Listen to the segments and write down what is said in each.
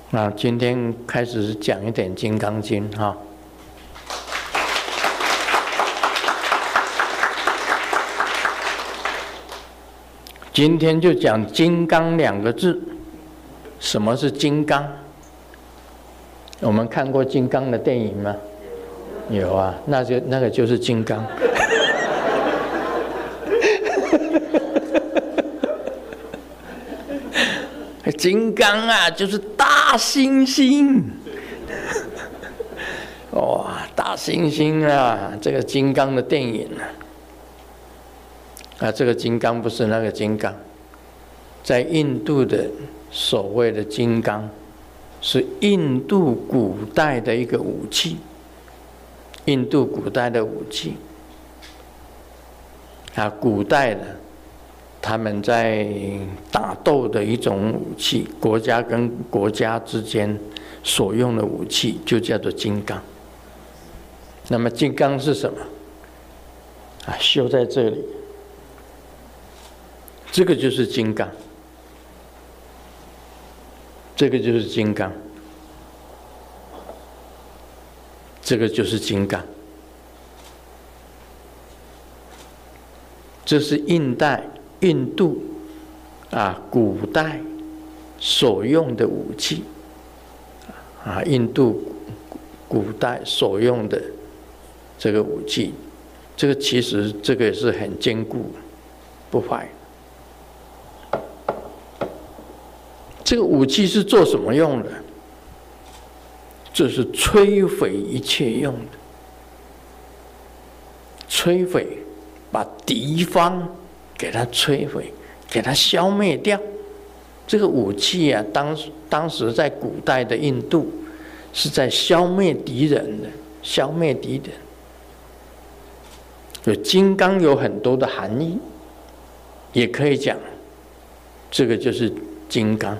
那今天开始讲一点《金刚经》哈。今天就讲“金刚”两个字。什么是金刚？我们看过金刚的电影吗？有啊，那个就是金刚。金刚啊，就是大猩猩。哇，大猩猩啊，这个金刚的电影啊，这个金刚不是那个金刚，在印度的所谓的金刚，是印度古代的一个武器。印度古代的武器啊，古代的他们在打斗的一种武器，国家跟国家之间所用的武器就叫做金刚。那么金刚是什么？啊，绣在这里，这个就是金刚，这个就是金刚，这个就是金刚。这是印度啊，古代所用的武器啊，印度古代所用的这个武器，这个其实这个也是很坚固不坏。这个武器是做什么用的？这是摧毁一切用的，摧毁，把敌方给它摧毁，给它消灭掉。这个武器啊，当时在古代的印度是在消灭敌人的，消灭敌人。有金刚有很多的含义，也可以讲，这个就是金刚。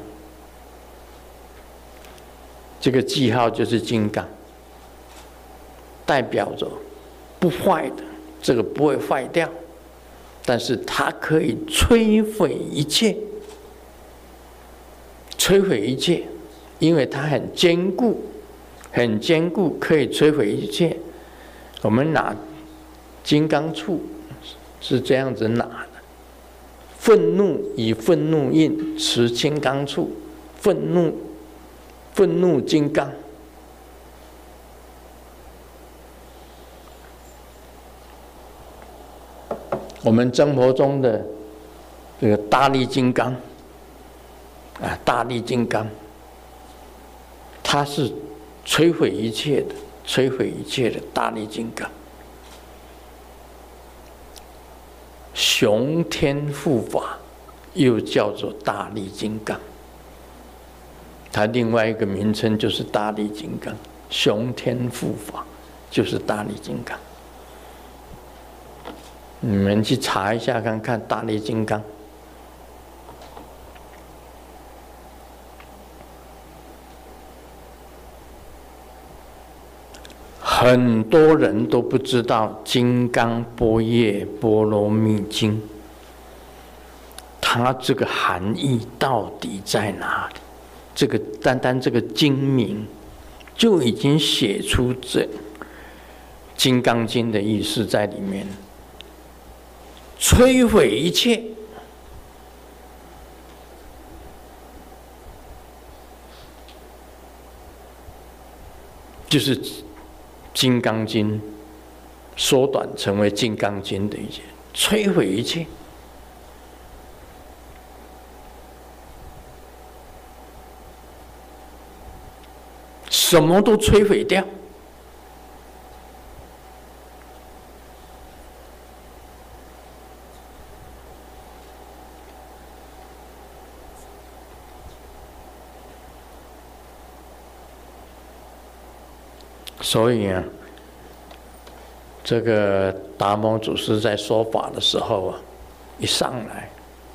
这个记号就是金刚，代表着不坏的，这个不会坏掉，但是它可以摧毁一切，摧毁一切，因为它很坚固，很坚固，可以摧毁一切。我们拿金刚杵是这样子拿的，愤怒以愤怒印持金刚杵，愤怒金刚。我们生活中的这个大力金刚啊，大力金刚，它是摧毁一切的，摧毁一切的大力金刚。雄天护法又叫做大力金刚。它另外一个名称就是大力金刚，雄天护法就是大力金刚。你们去查一下看看大力金刚。很多人都不知道《金刚般若波罗蜜经》，它这个含义到底在哪里？这个单这个经名就已经写出这《金刚经》的意思在里面，摧毁一切，就是《金刚经》缩短成为《金刚经》的一些，摧毁一切。什么都摧毁掉，所以啊，这个达摩祖师在说法的时候啊，一上来，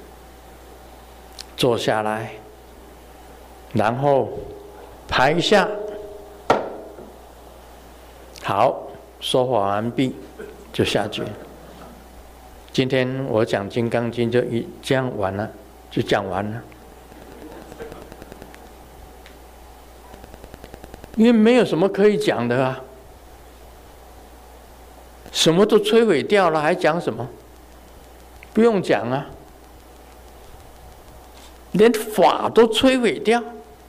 坐下来，然后拍一下。好，说法完毕，就下去。今天我讲《金刚经》就这样完了，就讲完了。 因为没有什么可以讲的啊，什么都摧毁掉了，还讲什么？不用讲啊，连法都摧毁掉，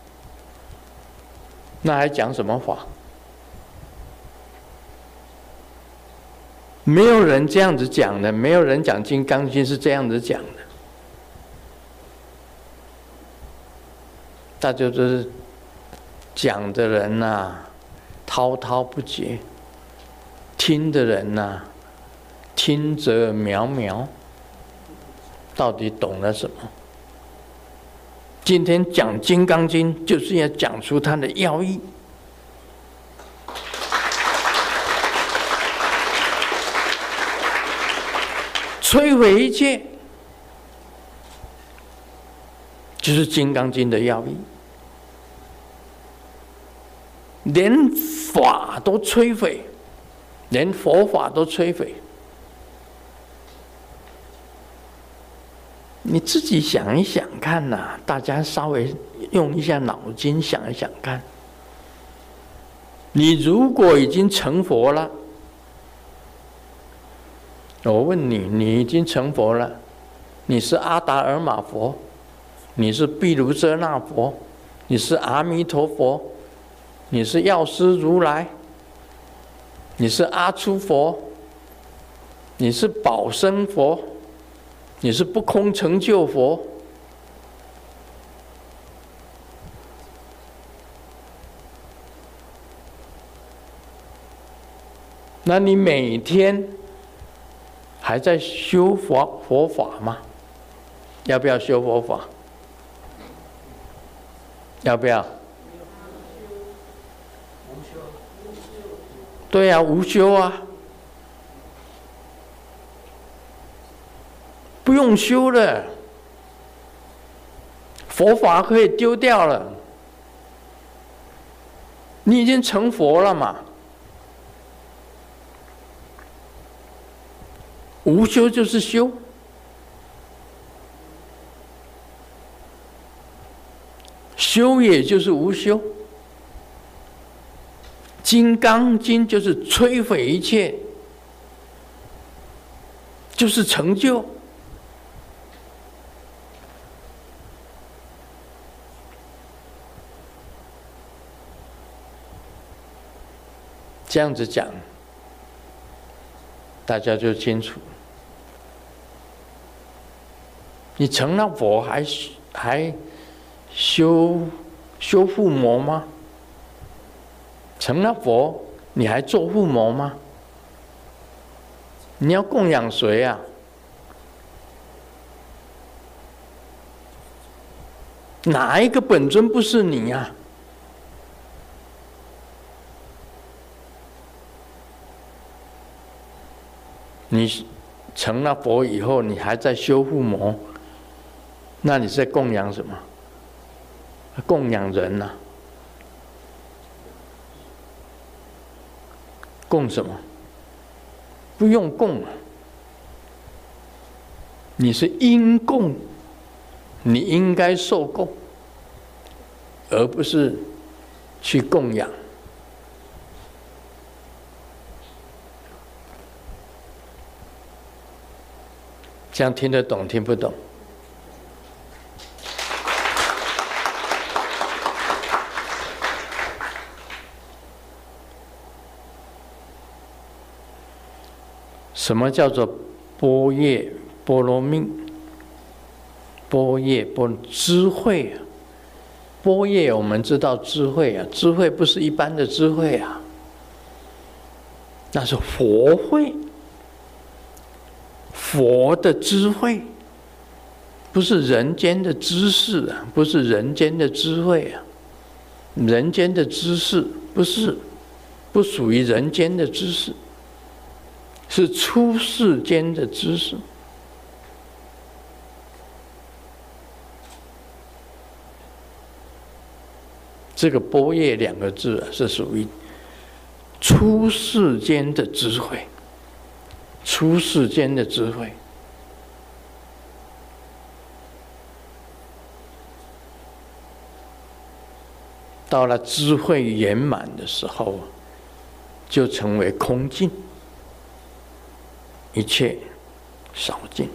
那还讲什么法？没有人这样子讲的，没有人讲《金刚经》是这样子讲的。大家就是讲的人呐，滔滔不绝；听的人呐，听则渺渺。到底懂了什么？今天讲《金刚经》，就是要讲出它的要义。摧毁一切，就是《金刚经》的要义。连法都摧毁，连佛法都摧毁。你自己想一想看呐，大家稍微用一下脑筋想一想看。你如果已经成佛了，我问你，你已经成佛了，你是阿达尔玛佛，你是毗卢遮那佛，你是阿弥陀佛，你是药师如来，你是阿初佛，你是宝生佛，你是不空成就佛。那你每天还在修佛法吗？要不要修佛法？要不要？对啊，无修啊，不用修了，佛法可以丢掉了，你已经成佛了嘛。无修就是修，修也就是无修。金刚经就是摧毁一切，就是成就。这样子讲，大家就清楚。你成了佛还修护摩吗？成了佛，你还做护摩吗？你要供养谁啊？哪一个本尊不是你呀？你成了佛以后，你还在修护摩，那你在供养什么？供养人呐、供什么？不用供啊！你是应供，你应该受供，而不是去供养。这样听得懂听不懂？什么叫做般若波罗蜜？般若波智慧啊！般若我们知道智慧啊，智慧不是一般的智慧啊，那是佛慧，佛的智慧，不是人间的知识啊，不是人间的智慧啊，人间的知识不属于人间的知识。是出世间的知识，这个般若两个字啊，是属于出世间的智慧，出世间的智慧。 到了智慧圆满的时候，就成为空尽，一切少尽。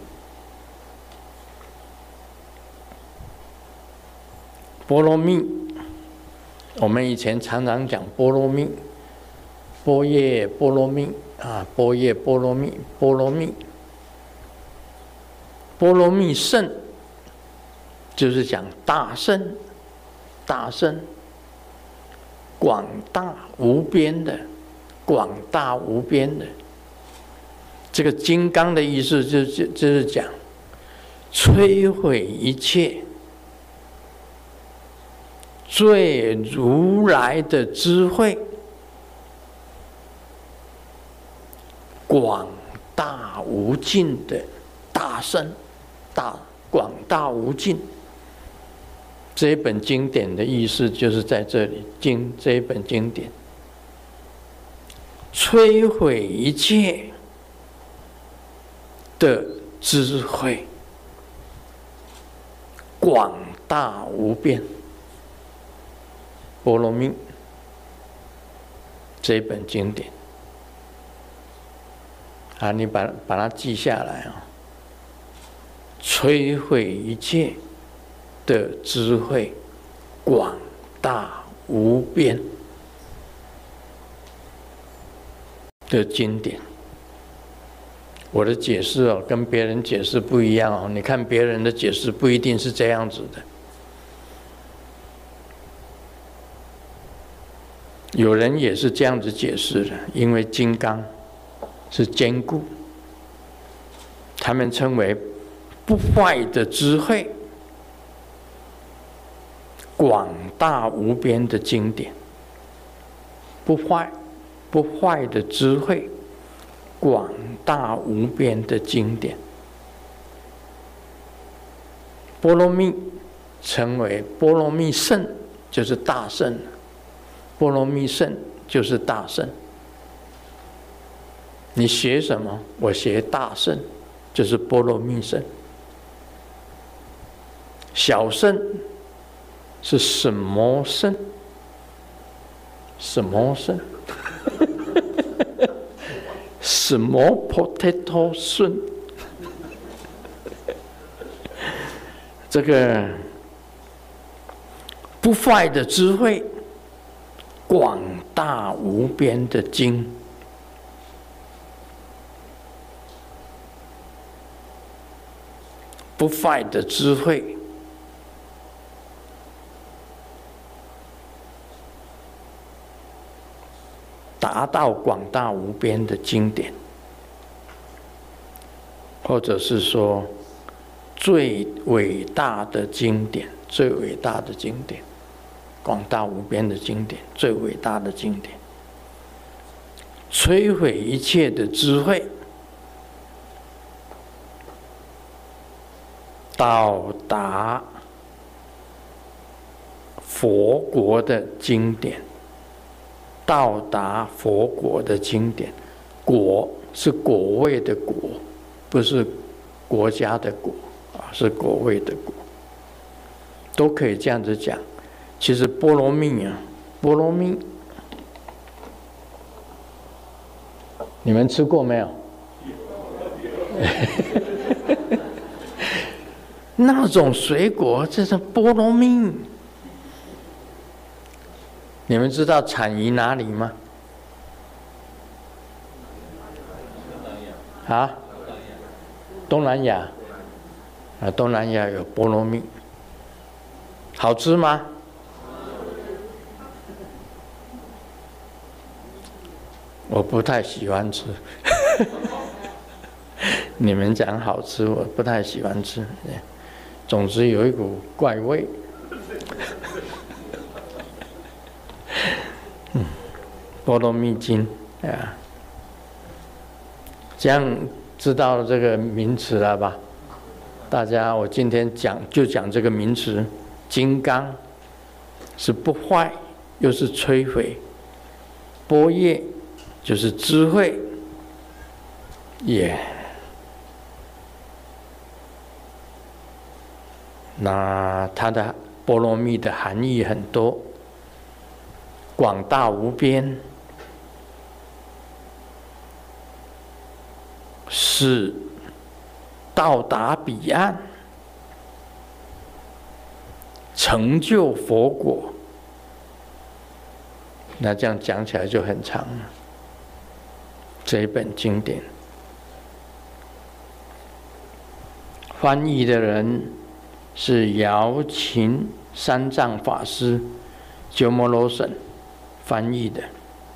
波罗蜜，我们以前常常讲波罗蜜，波叶波罗蜜啊，波叶波罗蜜，波罗蜜，波罗蜜胜，就是讲大胜，大胜，广大无边的，广大无边的。这个金刚的意思就是讲摧毁一切最如来的智慧，广大无尽的大圣，广大无尽。这一本经典的意思就是在这里，这一本经典摧毁一切的智慧，广大无边。波罗蜜这一本经典啊，你把它记下来啊！摧毁一切的智慧，广大无边的经典。我的解释哦，跟别人解释不一样哦。你看别人的解释不一定是这样子的。有人也是这样子解释的，因为金刚是坚固，他们称为不坏的智慧，广大无边的经典。不坏的智慧，广大无边的经典。波罗蜜称为波罗蜜胜，就是大胜。波罗蜜胜就是大胜。你学什么？我学大胜，就是波罗蜜胜。小胜是什么胜？什么胜？什么 potato 胜？这个不坏的智慧，广大无边的经，不坏的智慧，达到广大无边的经典，或者是说最伟大的经典，最伟大的经典。广大无边的经典，最伟大的经典，摧毁一切的智慧，到达佛国的经典，到达佛国的经典。果是果位的果，不是国家的国啊，是果位的果，都可以这样子讲。其实波罗蜜啊，波罗蜜，你们吃过没有？那种水果，这是波罗蜜。你们知道产于哪里吗？啊？东南亚。啊，东南亚有波罗蜜，好吃吗？我不太喜欢吃。你们讲好吃，我不太喜欢吃。总之有一股怪味。波罗蜜经啊，这样知道这个名词了吧？大家，我今天就讲这个名词，金刚是不坏，又是摧毁；波叶就是智慧，那它的波罗蜜的含义很多。 广大无边，使到达彼岸，成就佛果。那这样讲起来就很长了。这一本经典，翻译的人是瑶琴三藏法师鸠摩罗什翻译的。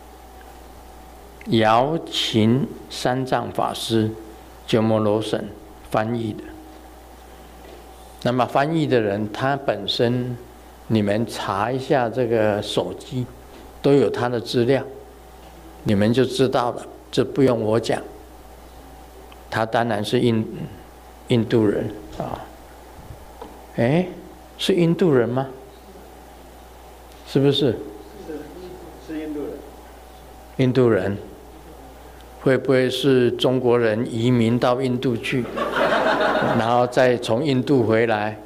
瑶琴三藏法师鸠摩罗什翻译的。那么翻译的人他本身，你们查一下这个手机，都有他的资料，你们就知道了，这不用我讲。他当然是印度人啊。哎，是印度人吗？是不是？ 是印度人。 印度人会不会是中国人移民到印度去，然后再从印度回来？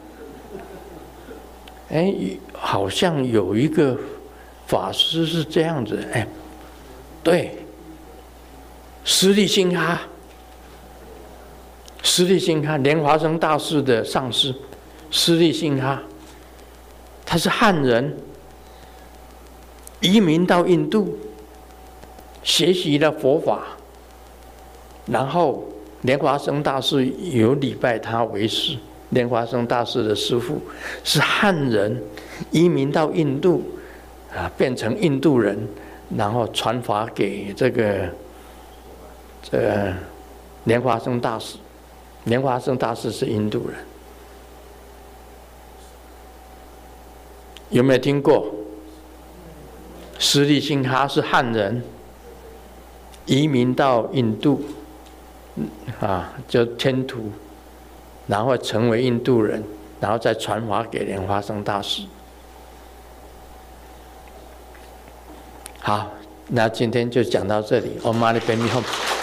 哎，好像有一个法师是这样子。哎，对，斯利辛哈，斯利辛哈，莲华生大师的上师，斯利辛哈，他是汉人，移民到印度，学习了佛法，然后莲华生大师有礼拜他为师。莲华生大师的师父是汉人，移民到印度，变成印度人，然后传法给这个莲华生大师。莲华生大师是印度人，有没有听过？斯利辛哈是汉人，移民到印度，就迁徒，然后成为印度人，然后再传法给莲花生大师。好，那今天就讲到这里。Om Mani Padme Hum。